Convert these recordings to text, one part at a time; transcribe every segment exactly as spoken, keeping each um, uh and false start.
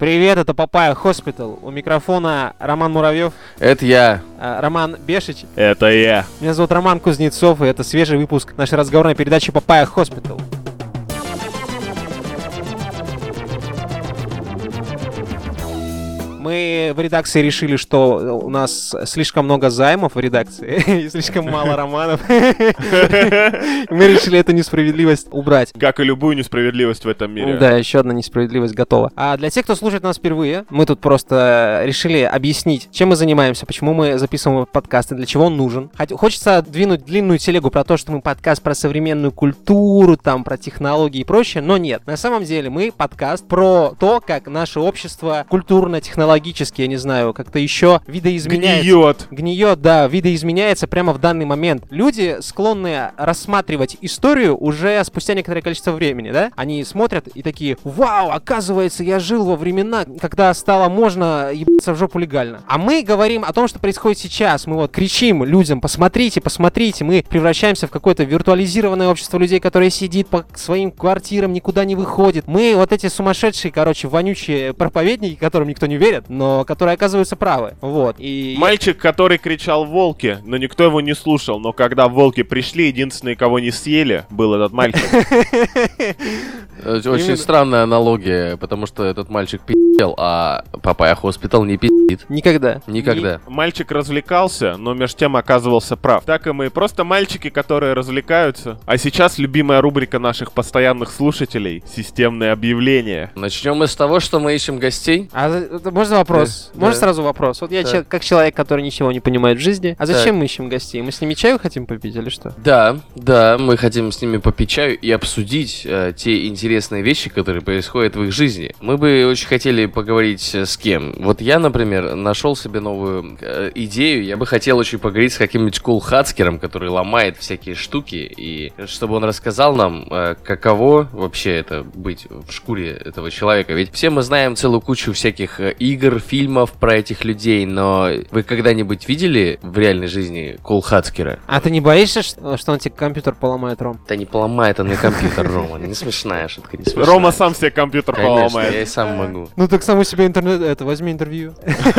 Привет, это Papaya Hospital. У микрофона Роман Муравьев. Это я. Роман Бешич. Это я. Меня зовут Роман Кузнецов, и это свежий выпуск нашей разговорной передачи Papaya Hospital. Мы в редакции решили, что у нас слишком много займов в редакции и слишком мало романов. Мы решили эту несправедливость убрать. Как и любую несправедливость в этом мире. Да, еще одна несправедливость готова. А для тех, кто слушает нас впервые, мы тут просто решили объяснить, чем мы занимаемся, почему мы записываем подкасты, для чего он нужен. Хочется двинуть длинную телегу про то, что мы подкаст про современную культуру, там, про технологии и прочее, но нет. На самом деле мы подкаст про то, как наше общество культурно-технологически, я не знаю, как-то еще видоизменяется. Гниет. Гниет, да, видоизменяется прямо в данный момент. Люди склонны рассматривать историю уже спустя некоторое количество времени, да? Они смотрят и такие: вау, оказывается, я жил во времена, когда стало можно ебаться в жопу легально. А мы говорим о том, что происходит сейчас. Мы вот кричим людям: посмотрите, посмотрите. Мы превращаемся в какое-то виртуализированное общество людей, которое сидит по своим квартирам, никуда не выходит. Мы вот эти сумасшедшие, короче, вонючие проповедники, которым никто не верит, но которые оказываются правы. Вот. И... Мальчик, который кричал «волки», но никто его не слушал. Но когда волки пришли, единственный, кого не съели, был этот мальчик. Очень странная аналогия, потому что этот мальчик пи***л, а Papaya Hospital не пи***ит. Никогда. Никогда. Мальчик развлекался, но между тем оказывался прав. Так и мы. Просто мальчики, которые развлекаются. А сейчас любимая рубрика наших постоянных слушателей — системные объявления. Начнем мы с того, что мы ищем гостей. А можно вопрос? Да. Можно Да. сразу вопрос? Вот я Да. че- как человек, который ничего не понимает в жизни. А зачем Так. мы ищем гостей? Мы с ними чаю хотим попить или что? Да, да, мы хотим с ними попить чаю и обсудить э, те интересные вещи, которые происходят в их жизни. Мы бы очень хотели поговорить э, с кем. Вот я, например, нашел себе новую э, идею. Я бы хотел очень поговорить с каким-нибудь кулхацкером, который ломает всякие штуки, и чтобы он рассказал нам, э, каково вообще это быть в шкуре этого человека. Ведь все мы знаем целую кучу всяких э, игр, фильмов про этих людей, но вы когда-нибудь видели в реальной жизни кулхацкера? А ты не боишься, что, что он тебе компьютер поломает, Ром? Да не поломает он мне компьютер, Рома. Не смешная шутка, не смешная. Рома сам себе компьютер Конечно, поломает. я и сам могу. Ну так сам у себя интернет... Это, возьми интервью.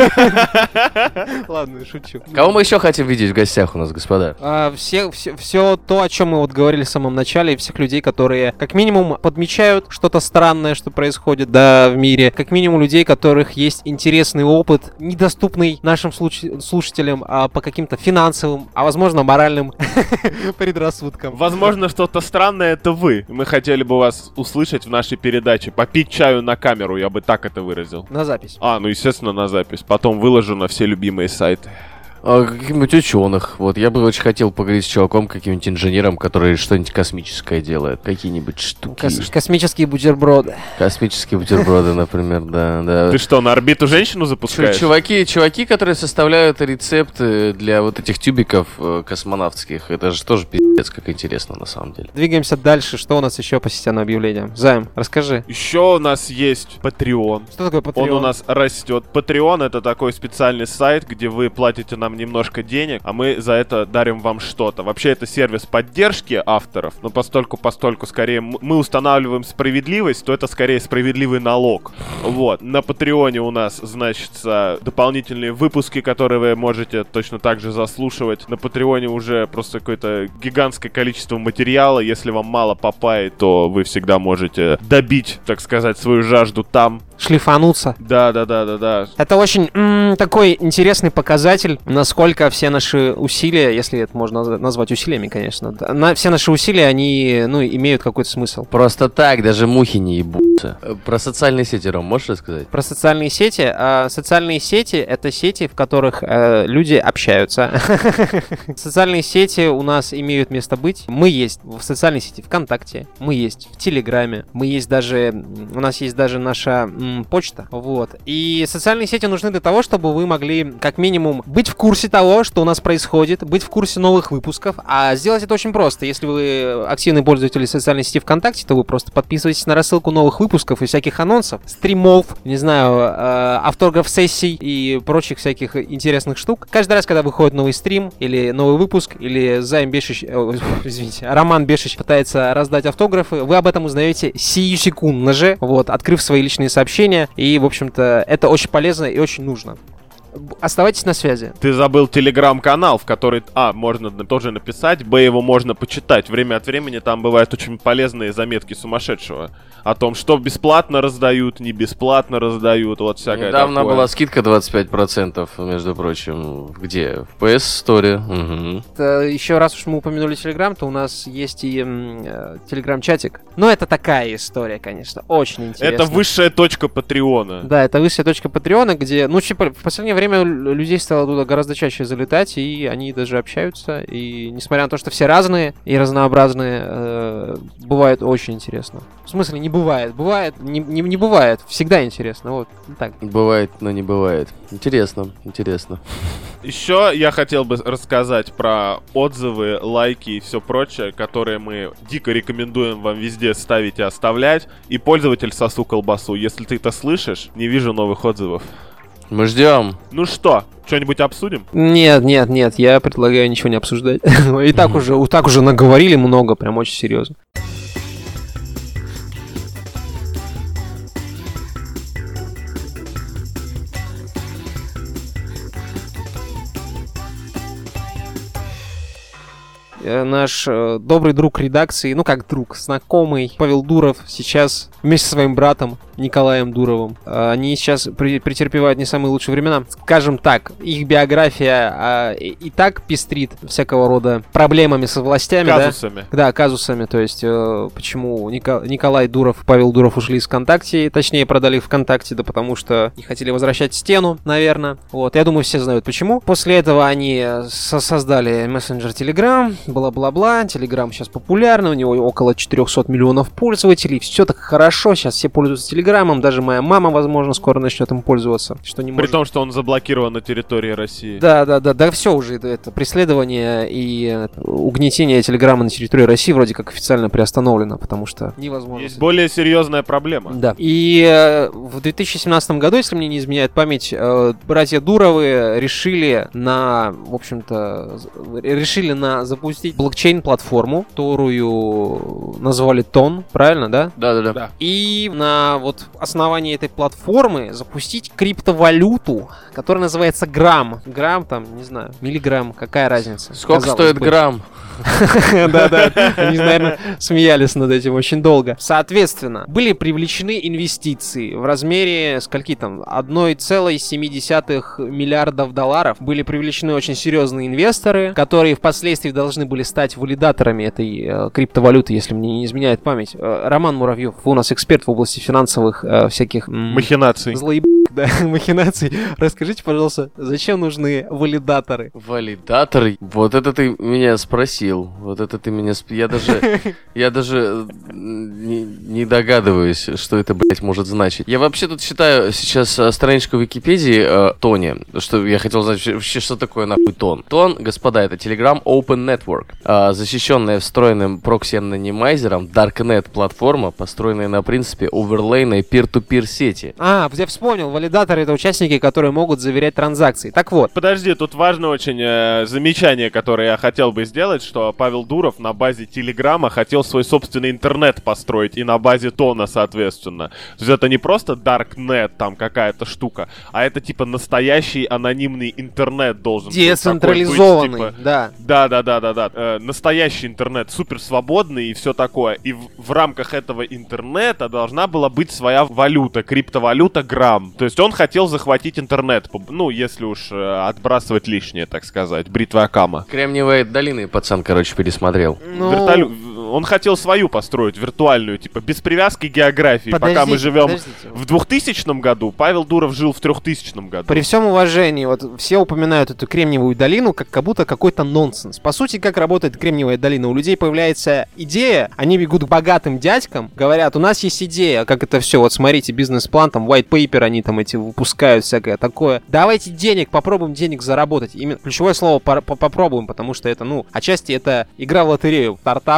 Ладно, шучу. Кого мы еще хотим видеть в гостях у нас, господа? А, все, все, все то, о чем мы вот говорили в самом начале, и всех людей, которые как минимум подмечают что-то странное, что происходит, да, в мире, как минимум людей, у которых есть интересный опыт, недоступный нашим слуш- слушателям а, по каким-то финансовым, а возможно моральным предрассудкам. Возможно, что-то странное — это вы. Мы хотели бы вас услышать в нашей передаче. Попить чаю на камеру, я бы так это выразил. На запись. А, ну естественно, на запись. Потом выложу на все любимые сайты. А, каких-нибудь ученых. Вот, я бы очень хотел поговорить с чуваком, каким-нибудь инженером, который что-нибудь космическое делает. Какие-нибудь штуки. Кос- космические бутерброды. Космические бутерброды, например, да, да. Ты что, на орбиту женщину запускаешь? Чуваки, чуваки, которые составляют рецепты для вот этих тюбиков э, космонавтских, это же тоже пиздец, как интересно на самом деле. Двигаемся дальше. Что у нас еще по системным объявлениям? Займ, расскажи. Еще у нас есть Patreon. Что такое Patreon? Он у нас растет. Patreon — это такой специальный сайт, где вы платите нам немножко денег, а мы за это дарим вам что-то. Вообще это сервис поддержки авторов, но постольку, постольку скорее м- мы устанавливаем справедливость, то это скорее справедливый налог. Вот. На Патреоне у нас, значит, дополнительные выпуски, которые вы можете точно так же заслушивать. На Патреоне уже просто какое-то гигантское количество материала. Если вам мало Папайи, то вы всегда можете добить, так сказать, свою жажду там. Шлифануться. Да-да-да-да-да. Это очень м, такой интересный показатель, насколько все наши усилия, если это можно наз- назвать усилиями, конечно, да, на, все наши усилия, они, ну, имеют какой-то смысл. Просто так, даже мухи не ебутся. Э, Про социальные сети, Ром, можешь рассказать? Про социальные сети. А социальные сети — это сети, в которых э, люди общаются. Социальные сети у нас имеют место быть. Мы есть в социальной сети ВКонтакте, мы есть в Телеграме, мы есть даже, у нас есть даже наша м, почта, вот. И социальные сети нужны для того, чтобы вы могли как минимум быть в курсе того, что у нас происходит, быть в курсе новых выпусков. А сделать это очень просто. Если вы активный пользователь социальной сети ВКонтакте, то вы просто подписываетесь на рассылку новых выпусков и всяких анонсов, стримов, не знаю, э, автограф-сессий и прочих всяких интересных штук. Каждый раз, когда выходит новый стрим или новый выпуск, или Займ Бешич, э, извините, Роман Бешич пытается раздать автографы, вы об этом узнаете сию секундно же, вот, открыв свои личные сообщения сообщения, и, в общем-то, это очень полезно и очень нужно. Оставайтесь на связи. Ты забыл телеграм-канал, в который, а, можно тоже написать, б, его можно почитать. Время от времени там бывают очень полезные заметки сумасшедшего. О том, что бесплатно раздают, не бесплатно раздают, вот всякое Недавно такое. была скидка двадцать пять процентов, между прочим. Где? В пи эс Store. Угу. Это, еще раз уж мы упомянули Телеграм, то у нас есть и э, Телеграм-чатик. Но это такая история, конечно, очень интересная. Это высшая точка Патреона. Да, это высшая точка Патреона, где, ну, в последнее время людей стало туда гораздо чаще залетать, и они даже общаются. И несмотря на то, что все разные и разнообразные, э, бывает очень интересно. В смысле, не бывает. Бывает, не, не, не бывает. Всегда интересно. Вот, так. Бывает, но не бывает. Интересно, интересно. Еще я хотел бы рассказать про отзывы, лайки и все прочее, которые мы дико рекомендуем вам везде ставить и оставлять. И пользователь сосу колбасу, если ты это слышишь, не вижу новых отзывов. Мы ждем. Ну что, что-нибудь обсудим? Нет, нет, нет, я предлагаю ничего не обсуждать. И так уже, так уже наговорили много, прям очень серьезно. Наш э, добрый друг редакции, ну как друг, знакомый Павел Дуров сейчас вместе со своим братом Николаем Дуровым. Э, они сейчас при, претерпевают не самые лучшие времена. Скажем так, их биография э, и, и так пестрит всякого рода проблемами со властями. Казусами. Да, да казусами. То есть, э, почему Ника, Николай Дуров и Павел Дуров ушли из ВКонтакте, точнее, продали их ВКонтакте, да потому что не хотели возвращать стену, наверное. Вот, я думаю, все знают почему. После этого они со- создали мессенджер Telegram, бла-бла-бла, Telegram сейчас популярный, у него около четыреста миллионов пользователей, все так хорошо, сейчас все пользуются Телеграмом, даже моя мама, возможно, скоро начнет им пользоваться, что не При может... том, что он заблокирован на территории России. Да, да, да, да, все уже, это, это преследование и угнетение Телеграма на территории России вроде как официально приостановлено, потому что невозможно... Есть более серьезная проблема. Да. И э, в две тысячи семнадцатом году, если мне не изменяет память, э, братья Дуровы решили на, в общем-то, решили на запустить блокчейн-платформу, которую назвали Тон, правильно, да? Да-да-да. Да. И на вот основании этой платформы запустить криптовалюту, которая называется Грамм. Грамм, там, не знаю, миллиграмм, какая разница? Сколько Казалось стоит бы. грамм? Да-да, они, наверное, смеялись над этим очень долго. Соответственно, были привлечены инвестиции в размере, скольки там, одна целая семь десятых миллиардов долларов. Были привлечены очень серьезные инвесторы, которые впоследствии должны были стать валидаторами этой э, криптовалюты, если мне не изменяет память. Э, Роман Муравьев, вы у нас эксперт в области финансовых э, всяких... М- Махинаций. Злоеб... да, махинаций. Расскажите, пожалуйста, зачем нужны валидаторы? Валидаторы? Вот это ты меня спросил. Вот это ты меня... Сп... Я даже... Я даже не, не догадываюсь, что это, блядь, может значить. Я вообще тут читаю сейчас страничку Википедии э, Тони, что я хотел знать вообще, что такое нахуй Тон. Тон, господа, это Telegram Open Network, э, защищенная встроенным прокси-анонимайзером Darknet платформа, построенная на принципе оверлейной peer-to-peer сети. А, я вспомнил, валидаторы — это участники, которые могут заверять транзакции. Так вот. Подожди, тут важно очень э, замечание, которое я хотел бы сделать, что Павел Дуров на базе Телеграма хотел свой собственный интернет построить, и на базе Тона, соответственно. То есть это не просто Darknet, там какая-то штука, а это типа настоящий анонимный интернет должен быть. Децентрализованный, Такой быть, типа... да. Да, да, да, да, да. Э, настоящий интернет, супер свободный и все такое. И в, в рамках этого интернета должна была быть своя валюта, криптовалюта Грамм. То есть он хотел захватить интернет, ну, если уж э, отбрасывать лишнее, так сказать, бритва Акама. Кремниевые долины пацан, короче, пересмотрел. Ну... Вертолю... Он хотел свою построить, виртуальную, типа, без привязки к географии. Подождите, Пока мы живем подождите. в двухтысячном году, Павел Дуров жил в трехтысячном году. При всем уважении, вот все упоминают эту Кремниевую долину как, как будто какой-то нонсенс. По сути, как работает Кремниевая долина? У людей появляется идея, они бегут к богатым дядькам, говорят, у нас есть идея, как это все, вот смотрите, бизнес-план, там, white paper, они там эти выпускают, всякое такое. Давайте денег, попробуем денег заработать. Именно ключевое слово по- по- попробуем, потому что это, ну, отчасти это игра в лотерею. Стартап может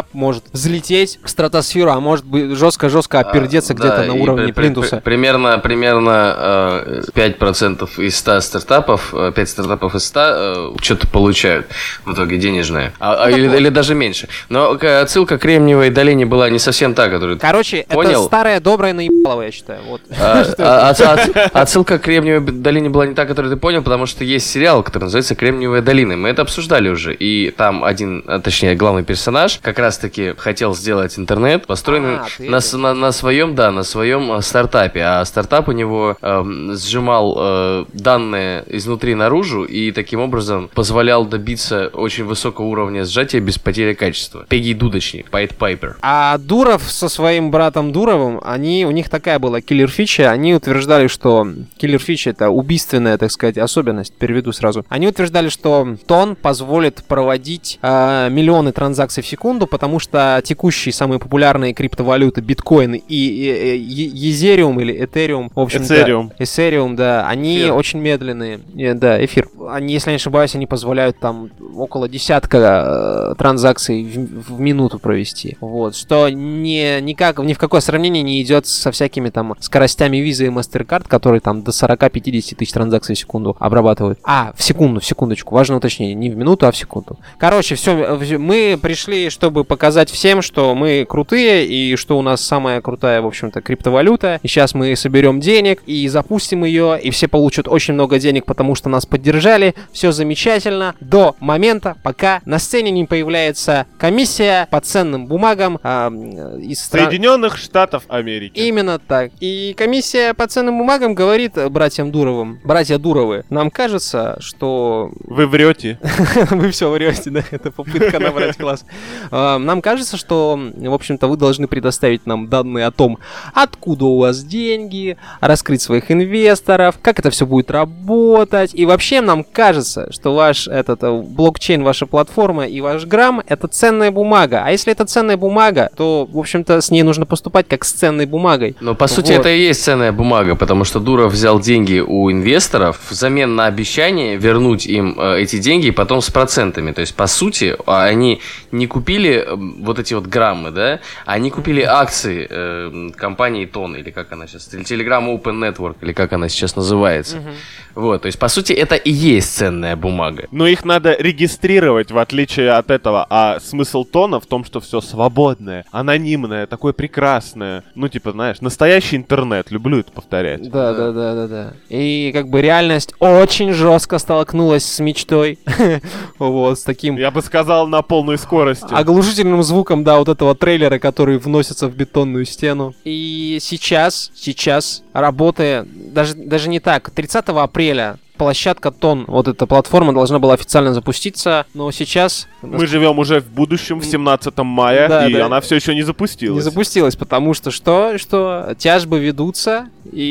взлететь в стратосферу, а может быть жестко-жестко опердеться а, где-то да, на уровне при, плинтуса. При, примерно примерно э, пять процентов из ста стартапов, пять стартапов из ста э, что-то получают в итоге денежное. А, а, или, или даже меньше. Но отсылка к Кремниевой долине была не совсем та, которую Короче, ты понял. Это старая добрая наебалова, я считаю. Вот. А, а, а, отсылка к Кремниевой долине была не та, которую ты понял, потому что есть сериал, который называется «Кремниевая долина». Мы это обсуждали уже. И там один, точнее, главный персонаж как раз-таки хотел сделать интернет, построенный а, на, на, на своем, да, на своем стартапе. А стартап у него э, сжимал э, данные изнутри наружу и таким образом позволял добиться очень высокого уровня сжатия без потери качества. Пегги Дудочник, Пайт Пайпер. А Дуров со своим братом Дуровым, они, у них такая была киллер-фича, они утверждали, что киллер-фича — это убийственная, так сказать, особенность, переведу сразу. Они утверждали, что Тон позволит проводить э, миллионы транзакций в секунду, потому что текущие самые популярные криптовалюты, биткоин и, и, и Езериум или Этериум, в общем, Эцериум. Да, Эцериум, да, они эфир. Очень медленные. Э, да, эфир. Они, если я не ошибаюсь, они позволяют там около десятка э, транзакций в, в минуту провести. Вот, что не, никак, ни в какое сравнение не идет со всякими там скоростями Visa и MasterCard, которые там до сорок-пятьдесят тысяч транзакций в секунду обрабатывают. А, в секунду, в секундочку, важное уточнение, не в минуту, а в секунду. Короче, все, мы пришли, чтобы показать всем, что мы крутые и что у нас самая крутая, в общем-то, криптовалюта. И сейчас мы соберем денег и запустим ее, и все получат очень много денег, потому что нас поддержали. Все замечательно до момента, пока на сцене не появляется комиссия по ценным бумагам э, из стран... Соединенных Штатов Америки. Именно так. И комиссия по ценным бумагам говорит братьям Дуровым: братья Дуровы, нам кажется, что... Вы врете. Вы все врете, да? Это попытка набрать класс. Нам кажется, что, в общем-то, вы должны предоставить нам данные о том, откуда у вас деньги, раскрыть своих инвесторов, как это все будет работать. И вообще нам кажется, что ваш этот блокчейн, ваша платформа и ваш грамм — это ценная бумага. А если это ценная бумага, то, в общем-то, с ней нужно поступать как с ценной бумагой. Но, по сути, вот. Это и есть ценная бумага, потому что Дуров взял деньги у инвесторов взамен на обещание вернуть им э, эти деньги потом с процентами. То есть, по сути, они не купили э, вот эти вот граммы, да, они купили акции э, компании Тон, или как она сейчас, или Telegram Open Network, или как она сейчас называется. Uh-huh. Вот, то есть, по сути, это и есть ценная бумага. Но их надо регистрировать, в отличие от этого. А смысл Тона в том, что все свободное, анонимное, такое прекрасное. Ну, типа, знаешь, настоящий интернет. Люблю это повторять. Да, да, да, да, да. И как бы реальность очень жестко столкнулась с мечтой. Вот, с таким... Я бы сказал, на полной скорости. Оглушительным звуком, да, вот этого трейлера, который вносится в бетонную стену. И сейчас, сейчас, работая, даже, даже не так, тридцатого апреля площадка Тон, вот эта платформа должна была официально запуститься, но сейчас... Мы живем уже в будущем, в семнадцатом мая, да, и да. Она все еще не запустилась. Не запустилась, потому что что? Что тяжбы ведутся,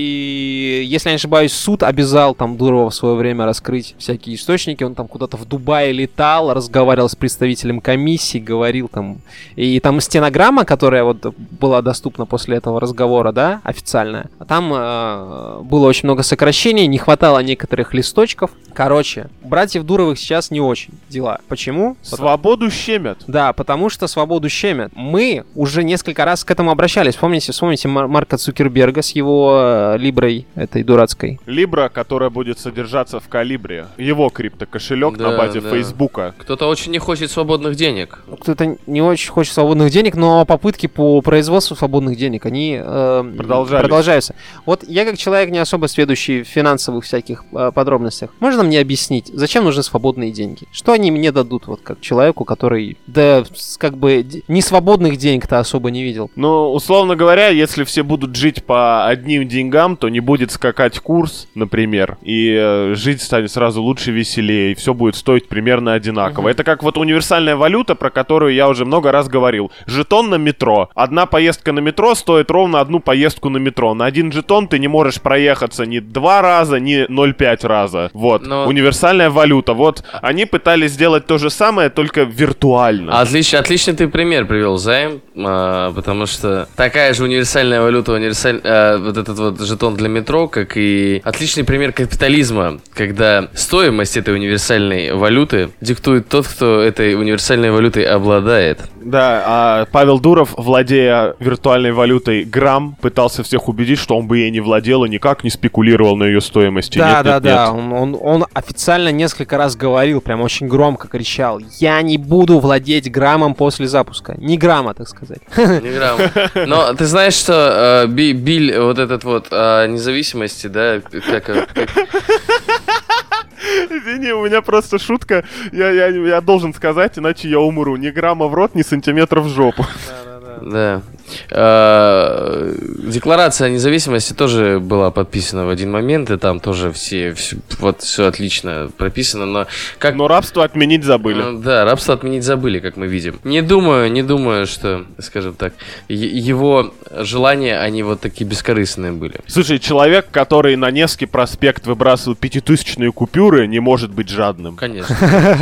и, если я не ошибаюсь, суд обязал там Дурова в свое время раскрыть всякие источники, он там куда-то в Дубае летал, разговаривал с представителем комиссии, говорил там... И там стенограмма, которая вот была доступна после этого разговора, да, официальная, там э, было очень много сокращений, не хватало некоторых листочков. Короче, братьев Дуровых сейчас не очень дела. Почему? Свободу щемят. Да, потому что свободу щемят. Мы уже несколько раз к этому обращались. Помните, вспомните Мар- Марка Цукерберга с его э, Либрой, этой дурацкой. Либра, которая будет содержаться в Калибре. Его криптокошелек да, на базе да. Фейсбука. Кто-то очень не хочет свободных денег. Кто-то не очень хочет свободных денег, но попытки по производству свободных денег, они э, продолжаются. Вот я как человек, не особо сведущий в финансовых всяких э, подробностях, можно мне объяснить, зачем нужны свободные деньги? Что они мне дадут, вот как человеку, который, да, как бы, не свободных денег-то особо не видел? Ну, условно говоря, если все будут жить по одним деньгам, то не будет скакать курс, например, и э, жить станет сразу лучше, веселее, и все будет стоить примерно одинаково. Uh-huh. Это как вот универсальная валюта, про которую я уже много раз говорил. Жетон на метро. Одна поездка на метро стоит ровно одну поездку на метро. На один жетон ты не можешь проехаться ни два раза, ни ноль целых пять раза. Вот. Но... Универсальная валюта. Вот. Они пытались сделать то же самое, только виртуально. Отлично, отличный ты пример привел, Займ, а, потому что такая же универсальная валюта, универсаль... а, вот этот вот жетон для метро, как и отличный пример капитализма, когда стоимость этой универсальной валюты диктует тот, кто этой универсальной валютой обладает. Да, а Павел Дуров, владея виртуальной валютой грамм, пытался всех убедить, что он бы ей не владел и никак не спекулировал на ее стоимости. Да, нет, да, нет, да. нет. Он, он, он официально несколько раз говорил, прям очень громко кричал: я не буду владеть граммом после запуска. Ни грамма, так сказать. Не грамм. Но ты знаешь, что э, Би- Биль, вот этот вот о независимости, да, как... как- Извини, у меня просто шутка. Я, я, я должен сказать, иначе я умру. Ни грамма в рот, ни сантиметра в жопу. Да. Э, Декларация о независимости тоже была подписана в один момент, и там тоже все, все вот все отлично прописано, но как... Но рабство отменить забыли. Э, Да, рабство отменить забыли, как мы видим. Не думаю, не думаю, что, скажем так, е- его желания, они вот такие бескорыстные были. Слушай, человек, который на Невский проспект выбрасывал пятитысячные купюры, не может быть жадным. Конечно.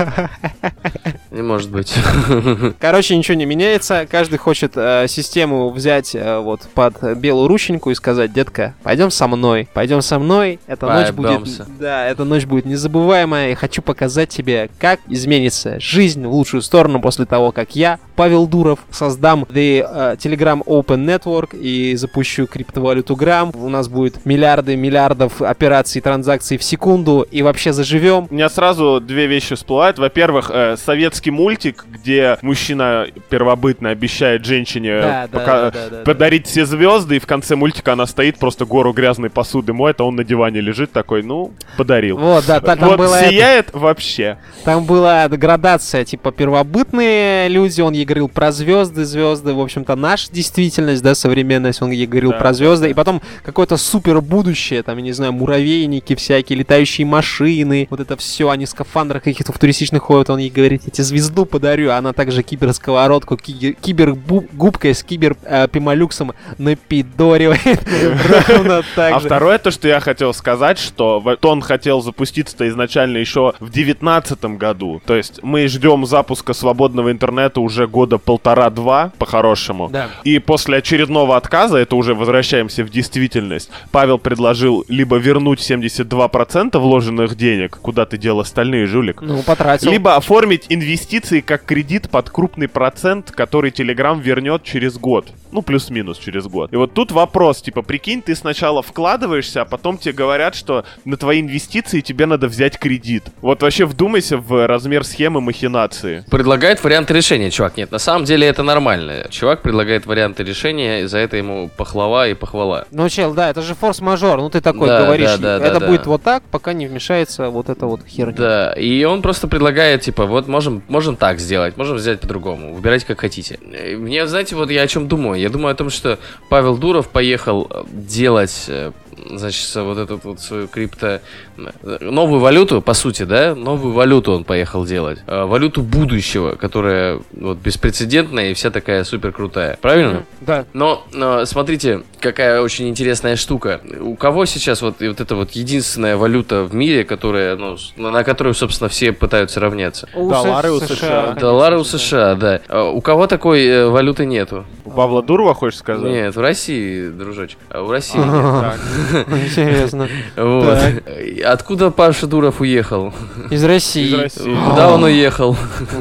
Не может быть. Короче, ничего не меняется. Каждый хочет э, систему взять э, вот под белую рученьку и сказать: детка, пойдем со мной, пойдем со мной. Эта ночь будет, Поебемся. да, эта ночь будет незабываемая. Я хочу показать тебе, как изменится жизнь в лучшую сторону после того, как я, Павел Дуров, создам The э, Telegram Open Network и запущу криптовалюту Грамм. У нас будет миллиарды миллиардов операций, транзакций в секунду, и вообще заживем. У меня сразу две вещи всплывают. Во-первых, э, советский мультик, где мужчина первобытно обещает женщине Да, да, пока- да, да, да, подарить все звезды, и в конце мультика она стоит, просто гору грязной посуды моет, а он на диване лежит такой: ну, подарил. Вот, да, та- там Вот было это. сияет вообще. Там была градация, типа, первобытные люди, он ей говорил про звезды, звезды, в общем-то, наша действительность, да, современность, он ей говорил Да, про да, звезды, да. и потом какое-то супер будущее, там, я не знаю, муравейники всякие, летающие машины, вот это все, они в скафандрах каких-то футуристичных ходят, он ей говорит: я тебе звезду подарю, а она также киберсковородку, ки- кибергубкой с кибер-пималюксом напидоривает ровно так А же. второе, то, что я хотел сказать, что в- то он хотел запуститься-то изначально еще в девятнадцатом году. То есть мы ждем запуска свободного интернета уже года полтора-два, по-хорошему. Да. И после очередного отказа, это уже возвращаемся в действительность, Павел предложил либо вернуть семьдесят два процента вложенных денег, куда ты дел остальные, жулик, Ну, потратил. либо оформить инвестиции как кредит под крупный процент, который Telegram вернет через год. Ну, плюс-минус через год. И вот тут вопрос, типа, прикинь, ты сначала вкладываешься, а потом тебе говорят, что на твои инвестиции тебе надо взять кредит. Вот вообще вдумайся в размер схемы махинации. Предлагает варианты решения, чувак. Нет, на самом деле это нормально. Чувак предлагает варианты решения, и за это ему похвала и похвала. Ну, чел, да, это же форс-мажор, ну ты такой Да, говоришь, да, да, это да, будет да. вот так, пока не вмешается вот эта вот херня. Да, и он просто предлагает, типа, вот можем, можем так сделать, можем сделать по-другому, выбирайте как хотите. Э, Мне, знаете, вот я о чем думаю? Я думаю о том, что Павел Дуров поехал э, делать, э, значит, вот эту вот свою крипто... э, новую валюту, по сути, да? Новую валюту он поехал делать. Э, Валюту будущего, которая вот беспрецедентная и вся такая супер крутая. Правильно? Да. Но, но смотрите, какая очень интересная штука. У кого сейчас вот, и вот эта вот единственная валюта в мире, которая, ну, с- на которую, собственно, все пытаются равняться? У Доллары у США, США. конечно, Доллары у да. США, да. А у кого такой э, валюты нету? У Павла Дурова, хочешь сказать? Нет, в России, дружочек. А у России нет. Ага. Интересно. Вот. Откуда Паша Дуров уехал? Из России. Из России. Куда он уехал?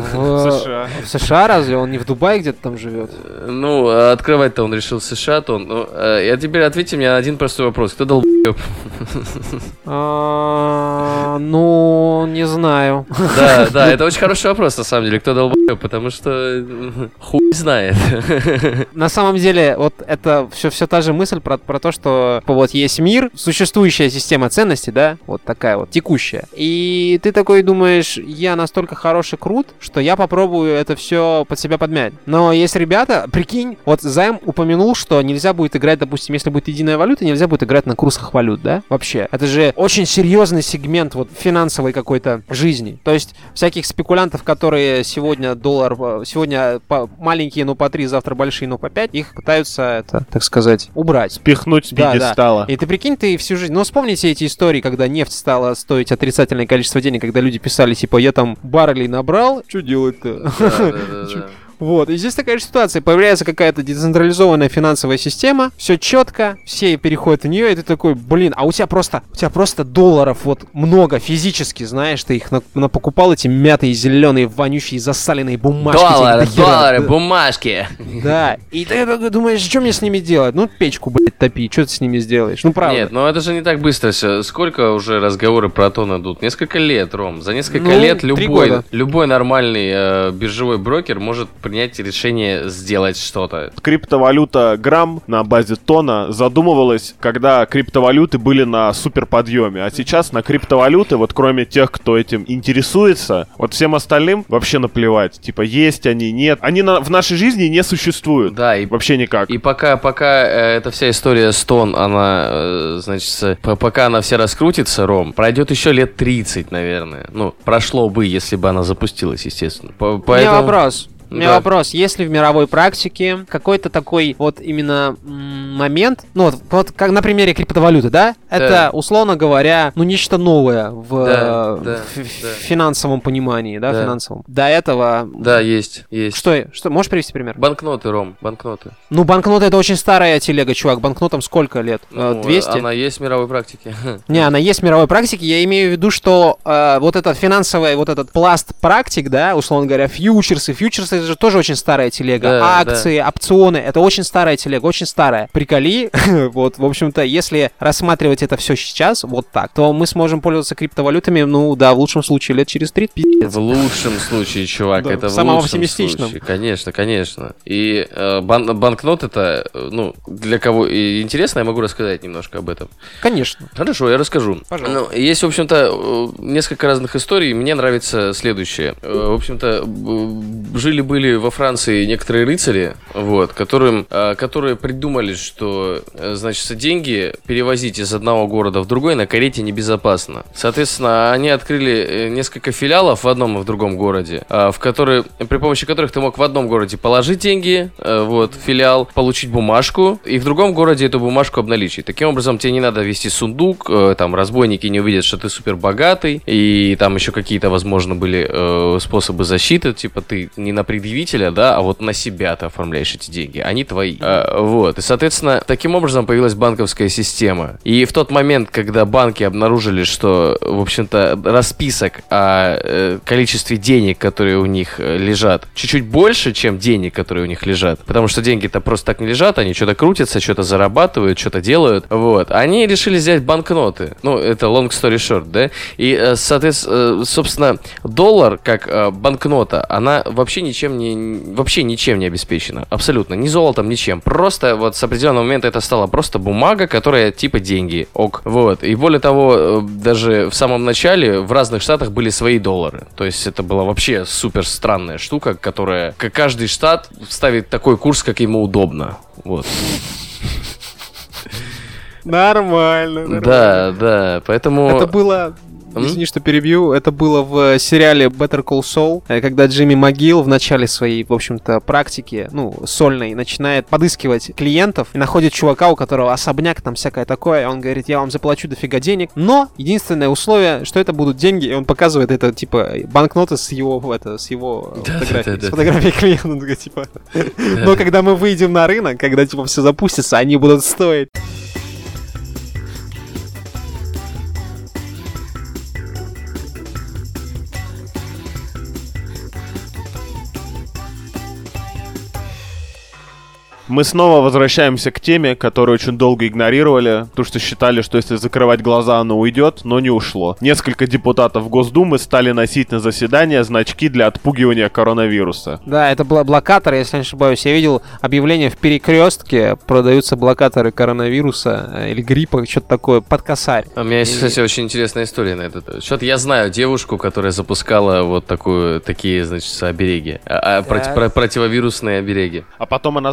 В США. в США разве? Он не в Дубае где-то там живет? Ну, а открывать-то он решил в США, то он... Ну, э, а теперь ответьте мне на один простой вопрос. Кто долбоёб? А, Ну, не знаю. Да, да, это очень хороший вопрос, на самом деле. Кто долбоёб? Потому что э, хуй знает. На самом деле, вот это все, все та же мысль про, про то, что вот есть мир, существующая система ценностей, да, вот такая вот, текущая. И ты такой думаешь: я настолько хороший, крут, что я попробую это все под себя подмять. Но есть ребята, прикинь, вот Займ упомянул, что нельзя будет играть, допустим, если будет единая валюта, нельзя будет играть на курсах валют, да, вообще. Это же очень серьезный сегмент вот финансовой какой-то жизни. То есть всяких спекулянтов, которые сегодня доллар, э, сегодня по- маленькие, но по три, завтра большие, но по пять, их пытаются, это, так сказать, убрать. Пихнуть с Да, да. пьедестала. И ты прикинь, ты всю жизнь... Ну, вспомните эти истории, когда нефть стала стоить отрицательное количество денег, когда люди писали, типа, я там баррелей набрал, что делать-то? Да, да, да, да. Вот, и здесь такая же ситуация. Появляется какая-то децентрализованная финансовая система, все четко, все переходят в нее, и ты такой, блин, а у тебя просто, у тебя просто долларов вот много физически, знаешь, ты их на, на покупал, эти мятые, зеленые, вонючие, засаленные бумажки. Доллары, тебе, доллары, да, бумажки. Да, и ты думаешь, что мне с ними делать? Ну, печку, блядь, топи, что ты с ними сделаешь? Ну, правда. Нет, ну это же не так быстро все. Сколько уже разговоры про то идут? Несколько лет, Ром. За несколько Ну, лет три любой, года. любой нормальный э, биржевой брокер может принять решение сделать что-то. Криптовалюта Грамм на базе Тона задумывалась, когда криптовалюты были на суперподъеме. А сейчас на криптовалюты, вот кроме тех, кто этим интересуется, вот всем остальным вообще наплевать. Типа, есть они, нет. Они на, в нашей жизни не существуют. Да, и вообще никак. И пока, пока э, эта вся история с Тон, она, э, значит, по- пока она вся раскрутится, Ром, пройдет еще лет тридцать, наверное. Ну, прошло бы, если бы она запустилась, естественно. По- У меня поэтому... вопрос. У меня Да. вопрос, есть ли в мировой практике какой-то такой вот именно м, момент, ну вот, вот как на примере криптовалюты, да? Это, Да. условно говоря, ну нечто новое в, Да, э, да, в- в да. финансовом понимании, да, Да. финансовом. До этого... Да, есть, есть. Что, что, можешь привести пример? Банкноты, Ром, банкноты. Ну, банкнота это очень старая телега, чувак. Банкнотам сколько лет? Э, Ну, двести? Она есть в мировой практике. Не, она есть в мировой практике. Я имею в виду, что э, вот этот финансовый, вот этот пласт практик, да, условно говоря, фьючерсы. Фьючерсы это же тоже очень старая телега. Да, Акции, опционы, это очень старая телега, очень старая. Приколи, вот, в общем-то, если рассматривать это все сейчас, вот так, то мы сможем пользоваться криптовалютами, ну, да, в лучшем случае лет через тридцать, пиздец. В лучшем случае, чувак, Да, это в в самом лучшем оптимистичном. случае. Конечно, конечно. И э, бан- банкнот это, э, ну, для кого и интересно, я могу рассказать немножко об этом. Конечно. Хорошо, я расскажу. Пожалуйста. Ну, есть, в общем-то, э, несколько разных историй. Мне нравится следующее. Э, В общем-то, б- жили-были во Франции некоторые рыцари, вот, которым, э, которые придумали, что, э, значит, деньги перевозить из одного города в другой на карете небезопасно. Соответственно, они открыли э, несколько филиалов в одном и в другом городе, э, в которые, при помощи которых ты мог в одном городе положить деньги, э, вот, филиал, получить бумажку, и в другом городе эту бумажку обналичить. Таким образом, тебе не надо вести сундук, э, там, разбойники не увидят, что ты супер богатый, и там еще какие-то, возможно, были э, способы защиты, типа ты не на предъявителя, да, а вот на себя ты оформляешь эти деньги, они твои. Э, вот, и, соответственно, таким образом появилась банковская система. И в тот момент, когда банки обнаружили, что, в общем-то, расписок о э, количестве денег, которые у них э, лежат, чуть-чуть больше, чем денег, которые у них лежат, потому что деньги-то просто так не лежат, они что-то крутятся, что-то зарабатывают, что-то делают, вот. Они решили взять банкноты. Ну, это long story short, да? И, э, соответственно, э, собственно, доллар, как э, банкнота, она вообще ничем не, вообще ничем не обеспечена. Абсолютно. Ни золотом, ничем. Просто вот с определенного момента это стало просто бумага, которая типа деньги. Ок. Вот. И более того, э, даже в самом начале в разных штатах были свои доллары. То есть это была вообще супер странная штука, которая, как каждый штат ставит такой курс, как ему удобно. Вот. Нормально, нормально. Да, да, поэтому... Это было... Извини, что перебью. Это было в сериале Better Call Saul, э, когда Джимми МcGill в начале своей, в общем-то, практики, ну, сольной, начинает подыскивать клиентов и находит чувака, у которого особняк, там всякое такое, и он говорит, я вам заплачу дофига денег, но единственное условие, что это будут деньги, и он показывает это, типа, банкноты с его, это, с его Да, фотографией, да, да, с фотографией клиента, он такой, типа, но когда мы выйдем на рынок, когда, типа, все запустится, они будут стоить. Мы снова возвращаемся к теме, которую очень долго игнорировали, потому что считали, что если закрывать глаза, оно уйдет, но не ушло. Несколько депутатов Госдумы стали носить на заседания значки для отпугивания коронавируса. Да, это был блокатор, если я не ошибаюсь. Я видел объявление в Перекрестке, продаются блокаторы коронавируса э, или гриппа, что-то такое, под косарь. У меня есть, И- кстати, очень интересная история на этот. Что-то я знаю девушку, которая запускала вот такую, такие, значит, обереги. А, а, проти- Так. про- противовирусные обереги. А потом она заболела,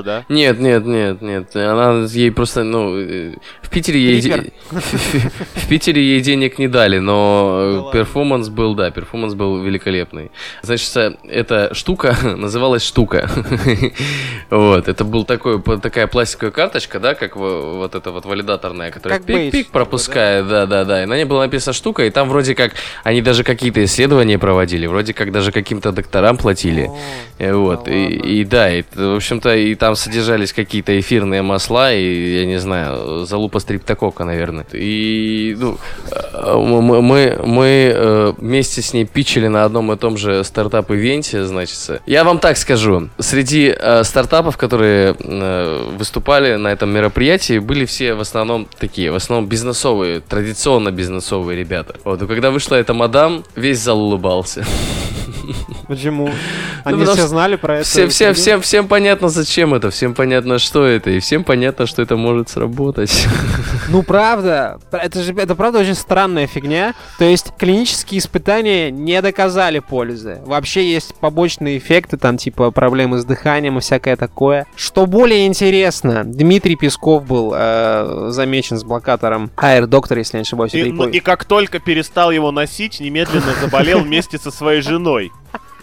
сказала, да? Нет, нет, нет, нет. Она ей просто, ну, э, в Питере ей, де- в Питере ей денег не дали, но Да перформанс был, да, перформанс был великолепный. Значит, эта штука называлась штука. Вот, это был такой, такая пластиковая карточка, да, как во- вот эта вот валидаторная, которая Как бейдж, пик-пик типа, пропускает, да, да, да. И на ней была написана штука, и там вроде как они даже какие-то исследования проводили, вроде как даже каким-то докторам платили. Э, Вот, да и, ладно. и да, и, в общем-то, и там содержались какие-то эфирные масла, и, я не знаю, залупа стриптокока, наверное. И, ну, э, мы, мы, мы э, вместе с ней питчили на одном и том же стартап-ивенте, значит. Я вам так скажу, среди э, стартапов, которые э, выступали на этом мероприятии, были все в основном такие, в основном бизнесовые, традиционно бизнесовые ребята. Вот, и когда вышла эта мадам, весь зал улыбался. Почему? Ну, Они потому все что знали про это? Всем, всем, и всем, всем понятно, зачем это, всем понятно, что это, и всем понятно, что это может сработать. Ну, правда. Это же, это правда очень странная фигня. То есть клинические испытания не доказали пользы. Вообще есть побочные эффекты, там типа проблемы с дыханием и всякое такое. Что более интересно, Дмитрий Песков был э, замечен с блокатором Air Doctor, если я не ошибаюсь. И, это ну, япон- и как только перестал его носить, немедленно заболел вместе со своей женой.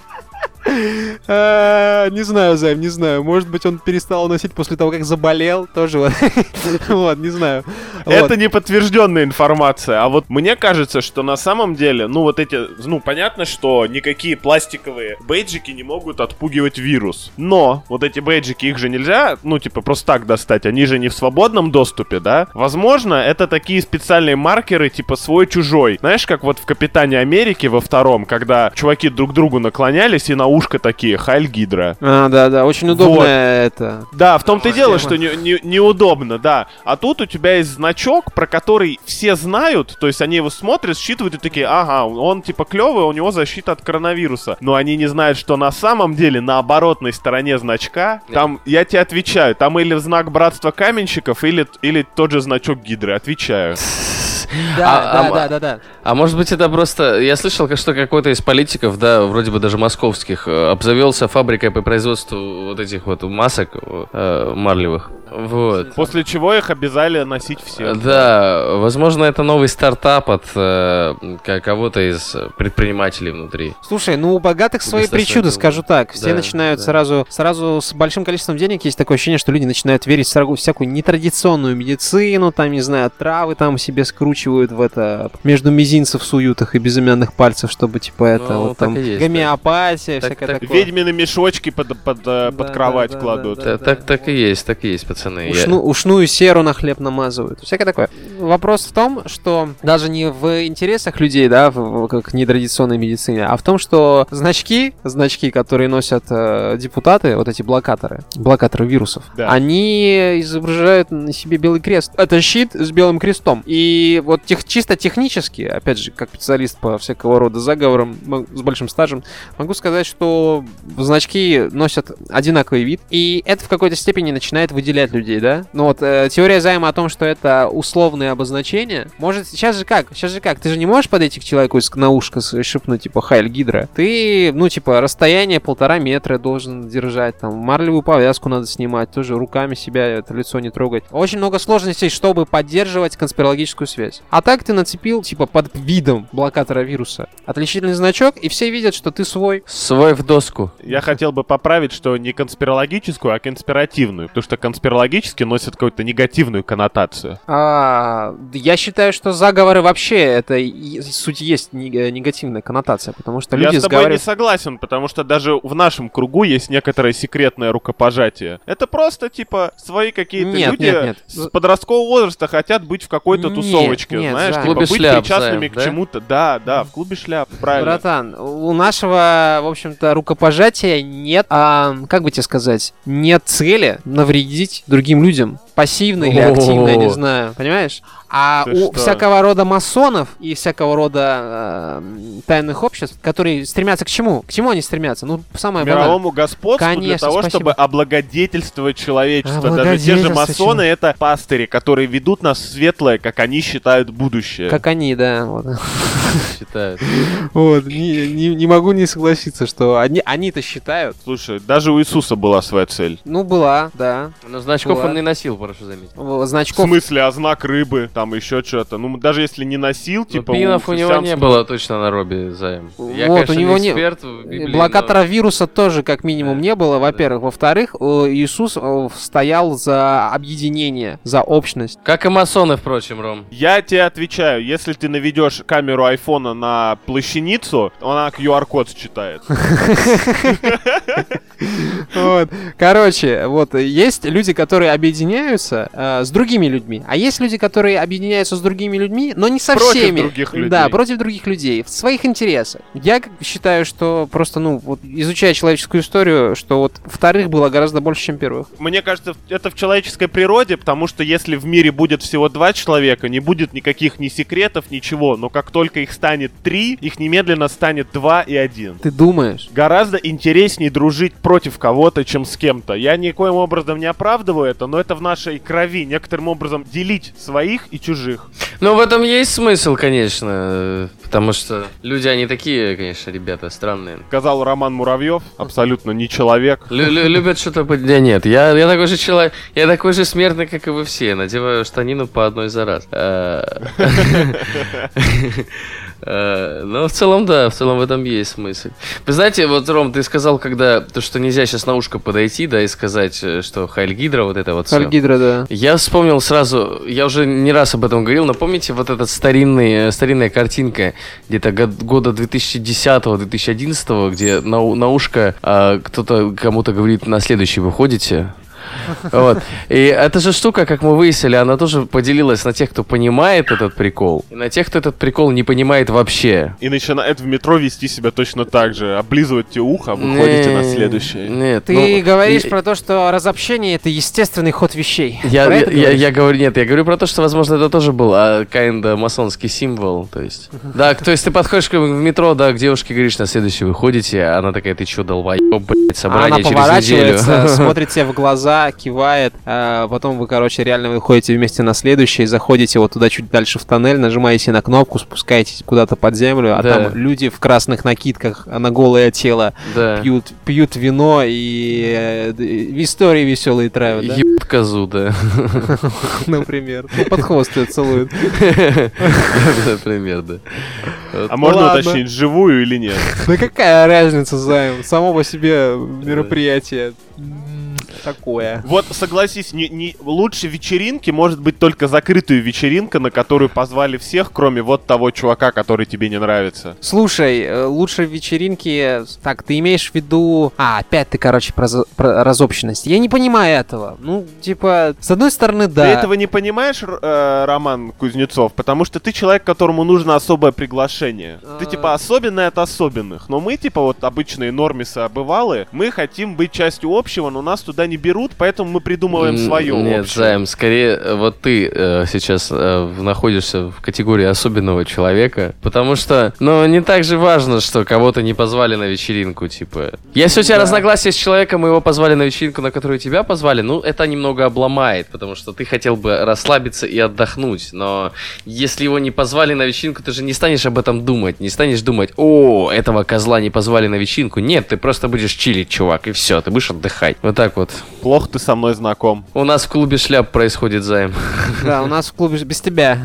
Э, Не знаю, Займ, не знаю. Может быть, он перестал носить после того, как заболел. Тоже вот. Вот, не знаю. Это не подтвержденная информация. А вот мне кажется, что на самом деле, ну вот эти, ну понятно, что никакие пластиковые бейджики не могут отпугивать вирус. Но вот эти бейджики, их же нельзя, ну типа просто так достать. Они же не в свободном доступе, да? Возможно, это такие специальные маркеры, типа свой-чужой. Знаешь, как вот в Капитане Америки во втором, когда чуваки друг к другу наклонялись и на ушко такие «Хайль Гидра». А, да, да, очень удобно Вот. это. Да, в том-то и дело, Система. что не- не- неудобно, да. А тут у тебя есть значок, про который все знают, то есть они его смотрят, считывают и такие, ага, он типа клевый, у него защита от коронавируса. Но они не знают, что на самом деле на оборотной стороне значка, там, я тебе отвечаю, там или знак братства каменщиков, или, или тот же значок Гидры, отвечаю. Да, А- да, а- да, да, да. А может быть это просто... Я слышал, что какой-то из политиков, да, вроде бы даже московских, э, обзавелся фабрикой по производству вот этих вот масок э, марлевых. Вот. После чего их обязали носить все. Да, возможно, это новый стартап от э, к- кого-то из предпринимателей внутри. Слушай, ну у богатых свои Достаточно причуды, этого. скажу так. Все Да, начинают да. сразу, сразу с большим количеством денег. Есть такое ощущение, что люди начинают верить в всякую- всякую нетрадиционную медицину, там, не знаю, травы там себе скручивают в это, между мизинцев суют их и безымянных пальцев, чтобы типа это, Ну, вот так там, и есть, гомеопатия, Так- всякое так- такое. Ведьмины мешочки под, под, э, под Да, кровать да, да, кладут. да, Та- так, так и есть, так и есть, пацаны. Я- Ушну- ушную серу на хлеб намазывают. Всякое такое. Вопрос в том, что даже не в интересах людей, да, в, в- как нетрадиционной медицине, а в том, что значки, значки, которые носят э, депутаты, вот эти блокаторы, блокаторы вирусов, Да. они изображают на себе белый крест. Это щит с белым крестом. И вот тех, чисто технически, опять же, как специалист по всякого рода заговорам мо- с большим стажем, могу сказать, что значки носят одинаковый вид, и это в какой-то степени начинает выделять людей, да? Ну вот, э, теория Займа о том, что это условные обозначения, может, сейчас же как? Сейчас же как? Ты же не можешь подойти к человеку и ск- на ушко с- шепнуть, типа, Хайль Гидра. Ты, ну, типа, расстояние полтора метра должен держать, там, марлевую повязку надо снимать, тоже руками себя это лицо не трогать. Очень много сложностей, чтобы поддерживать конспирологическую связь. А так ты нацепил, типа, под видом блокатора вируса отличительный значок, и все видят, что ты свой. Свой в доску. Я хотел бы поправить, что не конспирологическую, а конспиративную, потому что конспирологически носят какую-то негативную коннотацию. А, я считаю, что заговоры вообще это и- суть есть не- негативная коннотация, потому что люди Я с тобой сговаривают. не согласен, потому что даже в нашем кругу есть некоторое секретное рукопожатие. Это просто, типа, свои какие-то Нет, люди нет, нет. с подросткового возраста хотят быть в какой-то Нет, тусовочке, нет, знаешь, Займ. типа, В клубе быть шляп, причастными Займ, к да? чему-то. Да, да, в клубе шляп, правильно. Братан, у нашего, в общем-то, рукопожатия нет, а, как бы тебе сказать, нет цели навредить другим людям. Пассивно или активно, я не О. знаю, понимаешь? А Ты у что? всякого рода масонов и всякого рода э, тайных обществ, которые стремятся к чему? К чему они стремятся? Ну, самое К банальное. мировому господству для Конечно, того, спасибо. чтобы облагодетельствовать человечество. Даже те же Облагодетельствовать. масоны — это пастыри, которые ведут нас в светлое, как они считают, будущее. Как они, да. Вот, Считают. вот. Не, не, не могу не согласиться, что они, они-то считают. Слушай, даже у Иисуса была своя цель. Ну, была, да. Но значков Была. он не носил, прошу заметить. В- В Значков. смысле, а знак рыбы, там еще что-то. Ну, даже если не носил, Но типа... пинов у него не христианства- было точно на робе, Займ. Я, Вот, конечно, у него не не- эксперт в Библии, Блокатора вируса тоже, как минимум, Да. не было, во-первых. Во-вторых, э, Иисус э, стоял за объединение, за общность. но- Как и масоны, впрочем, Ром. Я тебе отвечаю, если ты наведешь камеру айфона на плащаницу, она ку ар-код считает. Вот. Короче, вот есть люди, которые объединяются э, с другими людьми, а есть люди, которые объединяются с другими людьми, но не со Против всеми. других людей. Да, против других людей, в своих интересах. Я как считаю, что просто, ну, вот изучая человеческую историю, что вот вторых было гораздо больше, чем первых. Мне кажется, это в человеческой природе, потому что если в мире будет всего два человека, не будет никаких ни секретов, ничего, но как только их станет три, их немедленно станет два и один. Ты думаешь? Гораздо интереснее дружить против кого-то, чем с кем-то. Я никоим образом не оправдываю это, но это в нашей крови некоторым образом делить своих и чужих. Ну, в этом есть смысл, конечно, э, потому что люди, они такие, конечно, ребята, странные. Сказал Роман Муравьев, абсолютно не человек. Лю- лю- любят что-то... под- Да нет, я, я такой же человек, я такой же смертный, как и вы все, надеваю штанину по одной за раз. Э, э, Но в целом, да, в целом в этом есть смысл. Вы знаете, вот, Ром, ты сказал, когда то, что нельзя сейчас на ушко подойти, да, и сказать, э, что Хайль Гидра, вот это вот всё. Хальгидра, да. Я вспомнил сразу, я уже не раз об этом говорил, но помните вот эта старинный, э, старинная картинка где-то год- года две тысячи десятого - две тысячи одиннадцатого, где на, у- на ушко а, кто-то кому-то говорит: на следующий выходите? Вот. И эта же штука, как мы выяснили, она тоже поделилась на тех, кто понимает этот прикол, и на тех, кто этот прикол не понимает вообще. И начинает в метро вести себя точно так же. Облизывать тебе ухо, а выходите на Не, следующее. Нет, Ты ну, говоришь и- про то, что разобщение — это естественный ход вещей. Я, Про я, это я, говоришь? я говорю, нет, я говорю про то, что, возможно, это тоже был а, kinda масонский символ, то есть. Да, то есть ты подходишь к- в метро, да, к девушке говоришь: на следующий выходите, а она такая: ты чё, долбоёб, блядь, А собрание она через поворачивается, неделю. смотрит тебе в глаза, кивает, а потом вы, короче, реально выходите вместе на следующий, заходите вот туда чуть дальше в тоннель, нажимаете на кнопку, спускаетесь куда-то под землю, а Да. там люди в красных накидках на голое тело Да. пьют, пьют вино и э, д- в истории веселые травят, да? Ебут козу, да. Например. Ну, под хвост ее целуют. Например, да. Вот. А можно Ладно. уточнить, живую или нет? Да какая разница, Займ? Само по себе мероприятие м, такое. Вот согласись, не, не- лучше вечеринки может быть только закрытую вечеринка, на которую позвали всех, кроме вот того чувака, который тебе не нравится. Слушай, э, лучше вечеринки... Так, ты имеешь в виду... А, опять ты, короче, про, за- про разобщенность. Я не понимаю этого. Ну, типа, с одной стороны, да. Ты этого не понимаешь, Р- э, Роман Кузнецов, потому что ты человек, которому нужно особое приглашение. Ты А. типа особенный от особенных. Но мы, типа вот обычные нормисы обывалы, мы хотим быть частью общего, но нас туда не берут, поэтому мы придумываем М, свое Нет, общее. Займ, скорее э, вот ты э, сейчас э, находишься в категории особенного человека, потому что, ну, не так же важно, что кого-то не позвали на вечеринку, типа. Если у тебя Да. разногласия с человеком, и его позвали на вечеринку, на которую тебя позвали, ну, это немного обломает, потому что ты хотел бы расслабиться и отдохнуть, но если его не позвали на вечеринку, ты же не станешь об этом думать, не станешь думать: о, этого козла не позвали на вечеринку. Нет, ты просто будешь чилить, чувак, и все, ты будешь отдыхать. Вот так вот. Плохо ты со мной знаком. У нас в клубе шляп происходит, Займ. Да, у нас в клубе без тебя.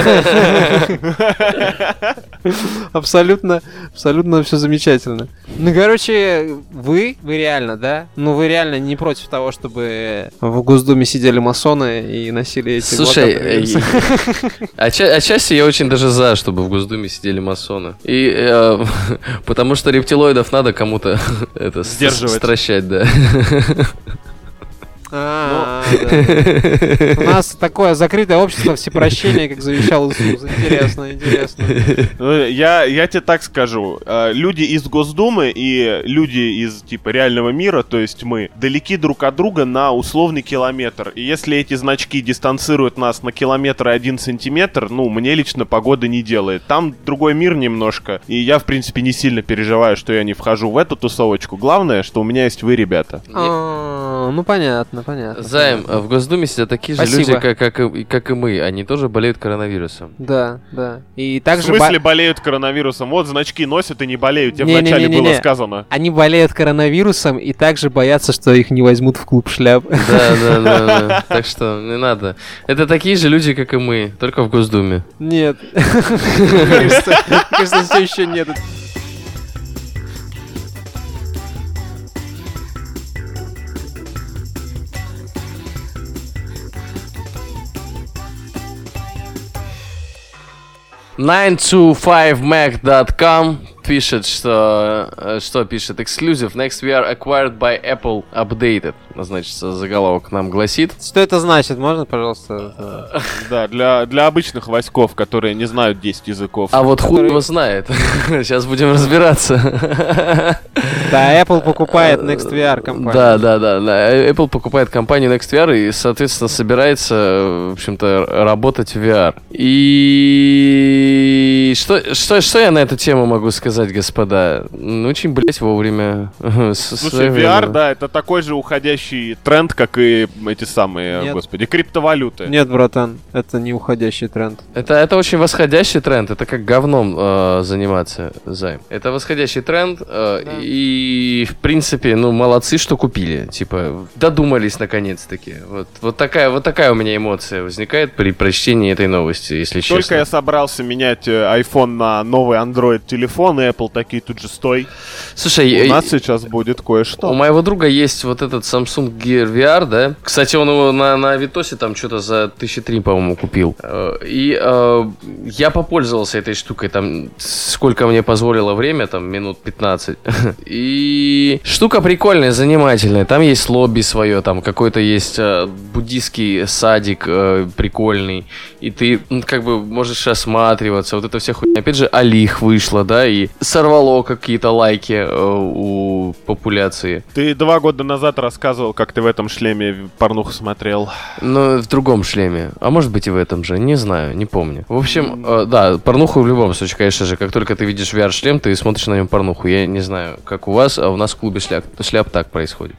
Абсолютно, абсолютно все замечательно. Ну, короче, вы, вы реально, да? Ну, вы реально не против того, чтобы в Госдуме сидели масоны и носили эти Слушай, блокаторы э, вируса? отча- отчасти я очень даже за, чтобы в Госдуме сидели масоны. И э, потому что рептилоидов надо кому-то это с- Сдерживать. стращать, да. А, да. У нас такое закрытое общество всепрощения, как завещал Иисус. Интересно, интересно. Ну, Я, я тебе так скажу. э, Люди из Госдумы и люди из, типа, реального мира, то есть мы, далеки друг от друга на условный километр. И если эти значки дистанцируют нас на километр и один сантиметр, ну, мне лично погода не делает. Там другой мир немножко. И я, в принципе, не сильно переживаю, что я не вхожу в эту тусовочку. Главное, что у меня есть вы, ребята. А, Ну, понятно, понятно. Займ, в Госдуме сидят такие же Спасибо. люди, как, как, и, как и мы. Они тоже болеют коронавирусом. Да, да. И В также смысле ба- болеют коронавирусом? Вот значки носят и не болеют. Тебе Не-не-не-не-не. вначале было сказано. они болеют коронавирусом и также боятся, что их не возьмут в клуб шляп. Да, да, да, да. Так что не надо. Это такие же люди, как и мы, только в Госдуме. Нет. Кажется, кажется, все еще нет. девятьсот двадцать пять mac dot com пишет, что... э, Что пишет? Exclusive. Next we are acquired by Apple updated. Значит, заголовок нам гласит. Что это значит? Можно, пожалуйста? Да, для, для обычных васьков, которые не знают десять языков. А вот хуй Который- его знает. Сейчас будем разбираться. Да, Apple покупает NextVR компанию. Да, да, да, да. Apple покупает компанию NextVR и, соответственно, собирается, в общем-то, работать в ви ар. И что, что, что я на эту тему могу сказать, господа? Ну, очень, блять, вовремя. Слушай, ви ар, да, это такой же уходящий тренд, как и эти самые, Нет. господи, криптовалюты. Нет, братан, это не уходящий тренд. Это, это очень восходящий тренд. Это как говном э, заниматься, Займ. Это восходящий тренд. Э, Да. И, в принципе, ну, молодцы, что купили. Типа, додумались наконец-таки. Вот, вот, такая, вот такая у меня эмоция возникает при прочтении этой новости, если Только честно. я собрался менять э, iPhone на новый Android телефон, и Apple такие тут же стой. Слушай, У э, нас сейчас будет у кое-что. моего друга есть вот этот Samsung Gear ви ар, да? Кстати, он его на, на Авитосе там что-то за тысячи три, по-моему, купил. Э, И э, я попользовался этой штукой, там, сколько мне позволило время, там, минут пятнадцать. И штука прикольная, занимательная. Там есть лобби свое, там какой-то есть э, буддийский садик э, прикольный. И ты, ну, как бы, можешь осматриваться. Вот это вся хуйня. Опять же, Алих вышла, да, и сорвало какие-то лайки э, у популяции. Ты два года назад рассказывал, как ты в этом шлеме порнуху смотрел. Но в другом шлеме. А может быть и в этом же. Не знаю, не помню. В общем, э, да, порнуху в любом случае, конечно же. Как только ты видишь ви ар-шлем, ты смотришь на нем порнуху. Я не знаю, как у вас, а у нас в клубе шляп, шляп так происходит.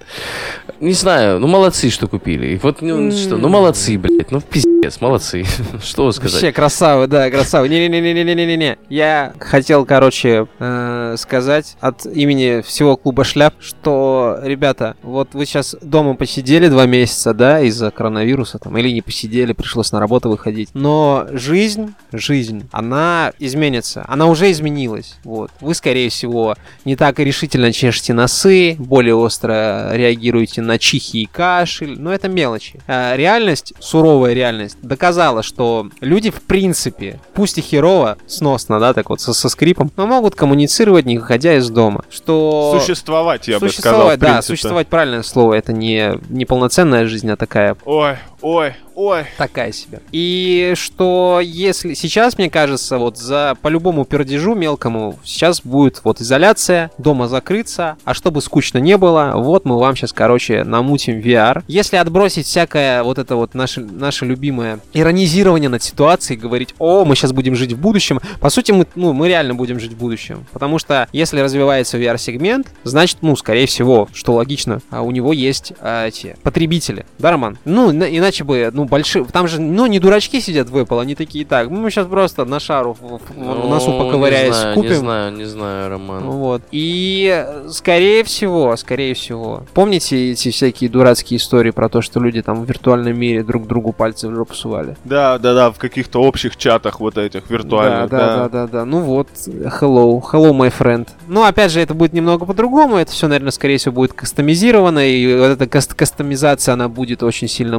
Не знаю, ну молодцы, что купили. И вот, ну что, ну молодцы, блядь. Ну пиздец, молодцы. Что вы сказать? Вообще, красавы, да, красавы. Не-не-не-не-не-не-не. Я хотел, короче, э, сказать от имени всего клуба шляп, что, ребята, вот вы сейчас дома посидели два месяца, да, из-за коронавируса, там, или не посидели, пришлось на работу выходить. Но жизнь, жизнь, она изменится. Она уже изменилась. Вот. Вы, скорее всего, не так решительно чешете носы, более остро реагируете на чихи и кашель, но это мелочи. А реальность, суровая реальность, доказала, что люди в принципе, пусть и херово, сносно, да, так вот, со, со скрипом, но могут коммуницировать, не выходя из дома. Что... Существовать, я бы сказал, Существовать, в да, принципе. существовать правильное слово, это не, не полноценная жизнь, а такая Ой, ой, ой. такая себе. И что если сейчас, мне кажется, вот за по любому пердежу мелкому сейчас будет вот изоляция, дома закрыться, а чтобы скучно не было, вот мы вам сейчас, короче, намутим ви ар. Если отбросить всякое вот это вот наше, наше любимое иронизирование над ситуацией, говорить, о, мы сейчас будем жить в будущем, по сути, мы, ну, мы реально будем жить в будущем. Потому что если развивается ви ар-сегмент, значит, ну, скорее всего, что логично, а у него есть а, эти потребители. Да, Роман? Ну, на- иначе бы, ну, большие... Там же, ну, не дурачки сидят в Apple, они такие, так, мы сейчас просто на шару в, в- в носу Ну, поковыряясь не знаю, купим. Не знаю, не знаю, Роман. Вот. И, э, скорее всего, скорее всего, помните эти всякие дурацкие истории про то, что люди там в виртуальном мире друг другу пальцы в жопу сували? Да, да, да, в каких-то общих чатах вот этих виртуальных, да, да, да, да, да. Ну вот, hello, hello, my friend. Ну, опять же, это будет немного по-другому. Это все, наверное, скорее всего, будет кастомизировано. И вот эта каст- кастомизация, она будет очень сильно монетизирована.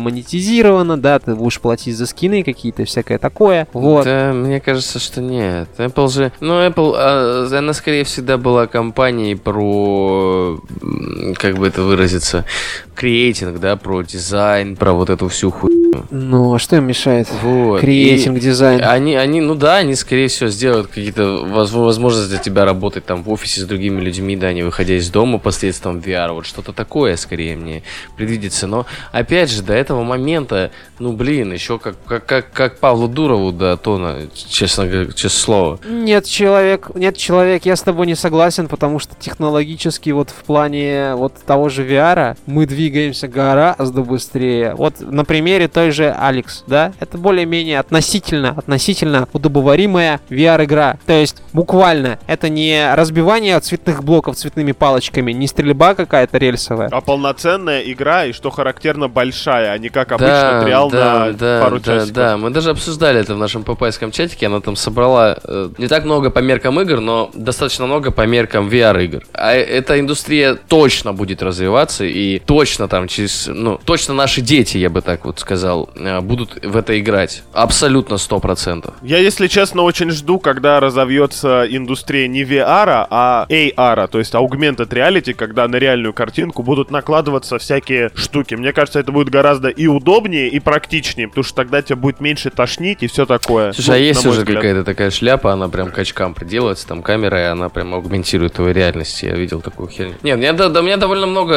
монетизировано, да, ты будешь платить за скины какие-то, всякое такое, вот. Да, мне кажется, что нет. Apple же... Ну, Apple, а, она, скорее, всегда была компанией про... Как бы это выразиться? Креатинг, да, про дизайн, про вот эту всю хуйню. Ну, а что им мешает? Вот. Креатинг, И дизайн. Они, они, ну да, они, скорее всего, сделают какие-то возможности для тебя работать там в офисе с другими людьми, да, не выходя из дома посредством ви ар. Вот что-то такое, скорее, мне предвидится. Но, опять же, до этого момента, ну, блин, еще как, как, как, как Павлу Дурову до тона, честно, честное слово. Нет, человек, нет, человек, я с тобой не согласен, потому что технологически вот в плане вот того же ви ар мы двигаемся гораздо быстрее. Вот на примере той же Алекс, да, это более-менее относительно, относительно удобоваримая ви ар-игра. То есть, буквально, это не разбивание цветных блоков цветными палочками, не стрельба какая-то рельсовая. А полноценная игра, и что характерно, большая, а не как обычно Да, триал да, на да, пару да, часиков. да, мы даже обсуждали это в нашем папайском чатике, она там собрала э, не так много по меркам игр, но достаточно много по меркам ви ар-игр. А эта индустрия точно будет развиваться, и точно там через, ну, точно наши дети, я бы так вот сказал, э, будут в это играть. Абсолютно сто процентов. Я, если честно, очень жду, когда разовьется индустрия не ви ар, а эй ар, то есть augmented reality, когда на реальную картинку будут накладываться всякие штуки. Мне кажется, это будет гораздо и удобнее, и практичнее, потому что тогда тебя будет меньше тошнить и все такое. Слушай, Ну, а есть на мой уже взгляд. какая-то такая шляпа, она прям качкам приделывается, там камера, и она прям аугментирует твою реальность. Я видел такую херню. Нет, у меня, да, у меня довольно много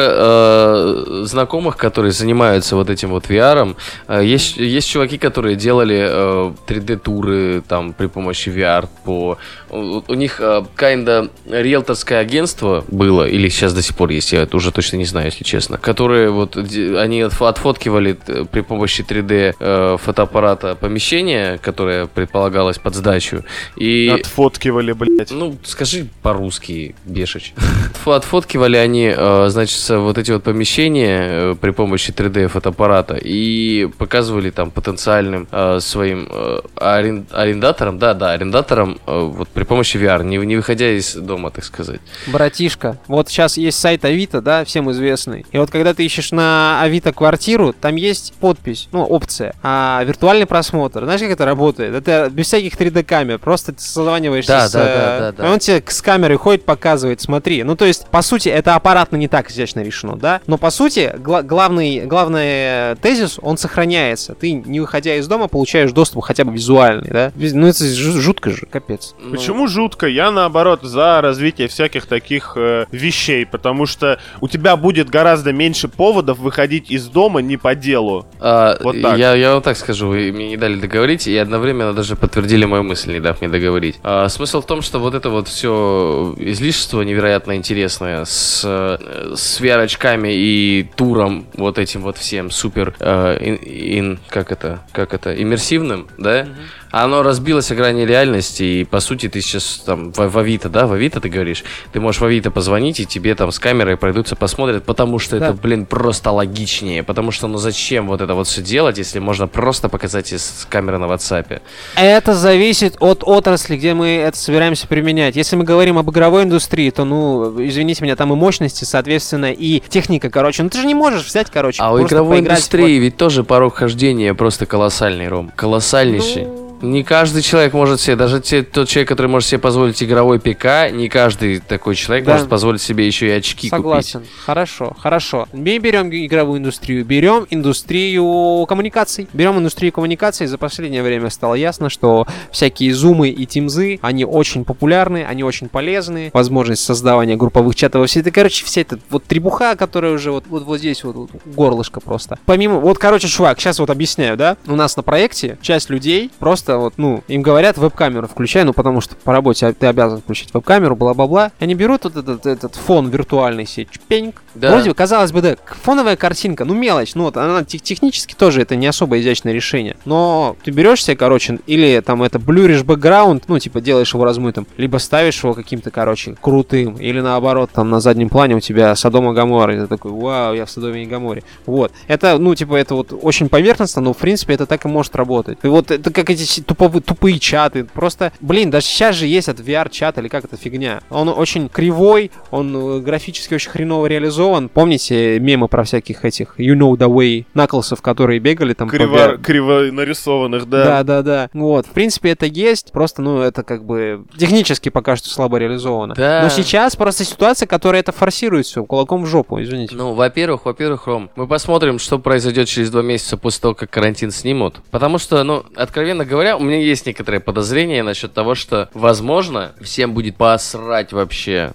э, знакомых, которые занимаются вот этим вот ви ар. Э, есть, есть чуваки, которые делали э, три дэ-туры там при помощи ви ар. По... У, у них э, kinda риэлторское агентство было, или сейчас до сих пор есть, я это уже точно не знаю, если честно, которые вот, они отфоткивали при помощи три дэ э, фотоаппарата помещение, которое предполагалось под сдачу, и... Отфоткивали, блядь. Ну, скажи по-русски, бешеч. Отфоткивали они, э, значит, вот эти вот помещения э, при помощи три дэ фотоаппарата и показывали там потенциальным э, своим э, арен... арендаторам, да, да, арендаторам э, вот при помощи ви ар, не, не выходя из дома, так сказать. Братишка, вот сейчас есть сайт Авито, да, всем известный. И вот когда ты ищешь на Авито квартиру, там есть подпись, ну, опция, а виртуальный просмотр. Знаешь, как это работает? Это без всяких три дэ-камер, просто ты созваниваешься да, с... Да, да, да, да. И он тебе с камерой ходит, показывает, смотри. Ну, то есть, по сути, это аппаратно не так изящно решено, да? Но, по сути, гла- главный, главный тезис, он сохраняется. Ты, не выходя из дома, получаешь доступ хотя бы визуальный, да? Ну, это ж- жутко же, капец. Ну, Почему жутко? Я, наоборот, за развитие всяких таких э, вещей, потому что у тебя будет гораздо меньше поводов выходить из дома не по делу. А, Вот так. Я, я вам так скажу, вы мне не дали договорить, и одновременно даже подтвердили мою мысль, не дав мне договорить. А, смысл в том, что вот это вот все излишество невероятно интересное с, с ви ар-очками и туром вот этим вот всем супер э, ин, ин, как это, как это, иммерсивным, да? Mm-hmm. Оно разбилось о грани реальности, и по сути ты сейчас там в, в Авито, да, в Авито ты говоришь, ты можешь в Авито позвонить, и тебе там с камерой пройдутся, посмотрят, потому что да. Это, блин, просто логичнее, потому что, ну зачем вот это вот все делать, если можно просто показать из камеры на WhatsApp? Это зависит от отрасли, где мы это собираемся применять. Если мы говорим об игровой индустрии, то, ну, извините меня, там и мощности, соответственно, и техника, короче, ну ты же не можешь взять, короче, а у игровой индустрии в... ведь тоже порог хождения просто колоссальный, Ром, колоссальнейший. Ну... Не каждый человек может себе, даже те, тот человек, который может себе позволить игровой ПК, не каждый такой человек да. может позволить себе еще и очки Согласен. купить. Хорошо, хорошо. Мы берем игровую индустрию, берем индустрию коммуникаций. Берем индустрию коммуникаций. За последнее время стало ясно, что всякие зумы и тимзы, они очень популярны, они очень полезны. Возможность создавания групповых чатов, все это, короче, вся эта вот требуха, которая уже вот, вот, вот здесь вот, вот горлышко просто. Помимо, вот, короче, чувак, сейчас вот объясняю, да? У нас на проекте часть людей просто вот, ну, им говорят, веб-камеру включай, ну, потому что по работе ты обязан включить веб-камеру, бла-бла-бла. Они берут вот этот, этот фон виртуальной сети, чпеньк. Да. Вроде, казалось бы, да, фоновая картинка, ну, мелочь, ну, вот, она тех- технически тоже это не особо изящное решение. Но ты берешь себе, короче, или там это блюришь бэкграунд, ну, типа, делаешь его размытым, либо ставишь его каким-то, короче, крутым, или наоборот, там на заднем плане у тебя Содом и Гоморра, и ты такой, вау, я в Содоме и Гоморре. Вот. Это, ну, типа, это вот очень поверхностно, но, в принципе, это так и может работать. И вот это как эти туповые, тупые чаты. Просто, блин, даже сейчас же есть этот ви ар-чат, или как это фигня. Он очень кривой, он графически очень хреново реализован, реализован. Помните мемы про всяких этих You know the way Наклсов, которые бегали там Криво, по... криво нарисованных, да. Да, да, да. Вот, в принципе, это есть, просто, ну, это как бы технически пока что слабо реализовано. Да. Но сейчас просто ситуация, которая это форсирует все, кулаком в жопу, извините. Ну, во-первых, во-первых, Ром, мы посмотрим, что произойдет через два месяца после того, как карантин снимут. Потому что, ну, откровенно говоря, у меня есть некоторые подозрения насчет того, что, возможно, всем будет посрать вообще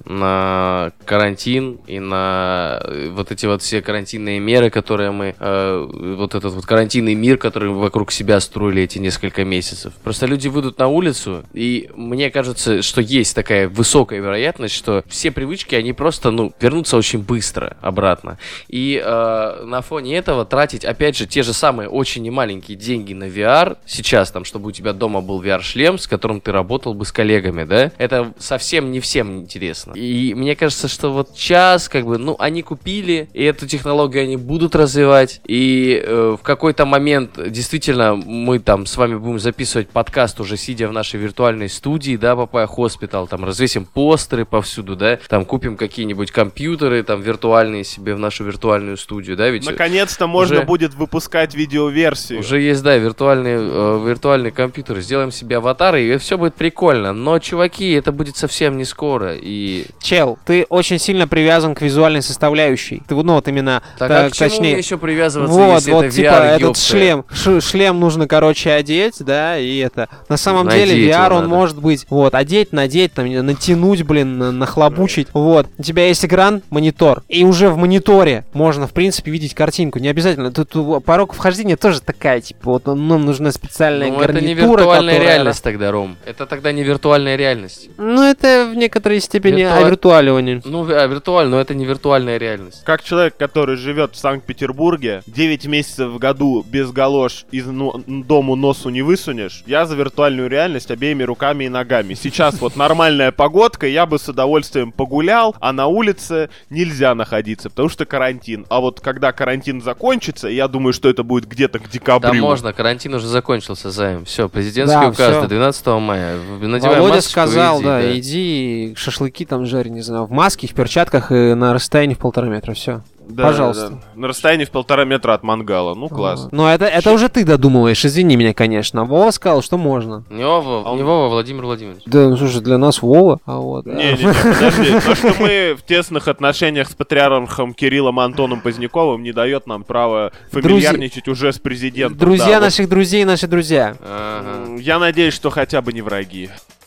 на карантин и на вот эти вот все карантинные меры, которые мы, э, вот этот вот карантинный мир, который вокруг себя строили эти несколько месяцев. Просто люди выйдут на улицу, и мне кажется, что есть такая высокая вероятность, что все привычки, они просто, ну, вернутся очень быстро обратно. И э, на фоне этого тратить, опять же, те же самые очень немаленькие деньги на ви ар сейчас, там, чтобы у тебя дома был ви ар-шлем, с которым ты работал бы с коллегами, да, это совсем не всем интересно. И мне кажется, что вот сейчас, как бы, ну, они купили, и эту технологию они будут развивать, и э, в какой-то момент, действительно, мы там с вами будем записывать подкаст, уже сидя в нашей виртуальной студии, да, Papaya Hospital, там, развесим постеры повсюду, да, там, купим какие-нибудь компьютеры, там, виртуальные себе в нашу виртуальную студию, да, ведь... Наконец-то можно уже... будет выпускать видеоверсию. Уже есть, да, виртуальные, э, виртуальные компьютеры. Сделаем себе аватары, и все будет прикольно. Но, чуваки, это будет совсем не скоро. И... Чел, ты очень сильно привязан к визуальной составляющей. Ты, ну, вот именно... Так, так, а к чему точнее... мне еще привязываться, вот, если вот, это типа, ви ар, этот ёпта? шлем. Ш- шлем нужно, короче, одеть, да, и это... На самом Надеть деле, ви ар, его он надо. может быть, вот, одеть, надеть, там, натянуть, блин, на- нахлобучить. Вот. У тебя есть экран, монитор, и уже в мониторе можно, в принципе, видеть картинку. Не обязательно. Тут тут порог вхождения тоже такая, типа, вот нам нужна специальная Ну, гарнитура, это не виртуальная которая... реальность тогда, Ром. Это тогда не виртуальная реальность. Ну, это в некоторой степени Виртуа- овиртуаливание. Ну, а, виртуально, но это не виртуальная реальность. Как человек, который живет в Санкт-Петербурге, девять месяцев в году без галош из ну- дому носу не высунешь, я за виртуальную реальность обеими руками и ногами. Сейчас вот нормальная погодка, я бы с удовольствием погулял, а на улице нельзя находиться, потому что карантин. А вот когда карантин закончится, я думаю, что это будет где-то к декабрю. Да можно, карантин уже закончился, Займ. Все, президентский Да, указ всё. до двенадцатого мая. Надеваем Володя масочку, сказал, иди, да, иди шашлыки там жарь, не знаю, в маске, в перчатках и на расстоянии в полтора метра, все. Да, Пожалуйста. да, да. На расстоянии в полтора метра от мангала. Ну, класс. Но это, это уже ты додумываешь, извини меня, конечно. Вова сказал, что можно. Не Вова, А он- не Вова, Владимир Владимирович. Да, ну слушай, для нас Вова, а вот... Не-не-не, подожди. То, что мы в тесных отношениях с патриархом Кириллом Антоном Поздняковым, не дает нам права фамильярничать уже с президентом. Друзья Да, вот, наших друзей, наши друзья. Ага. м, я надеюсь, что хотя бы не враги.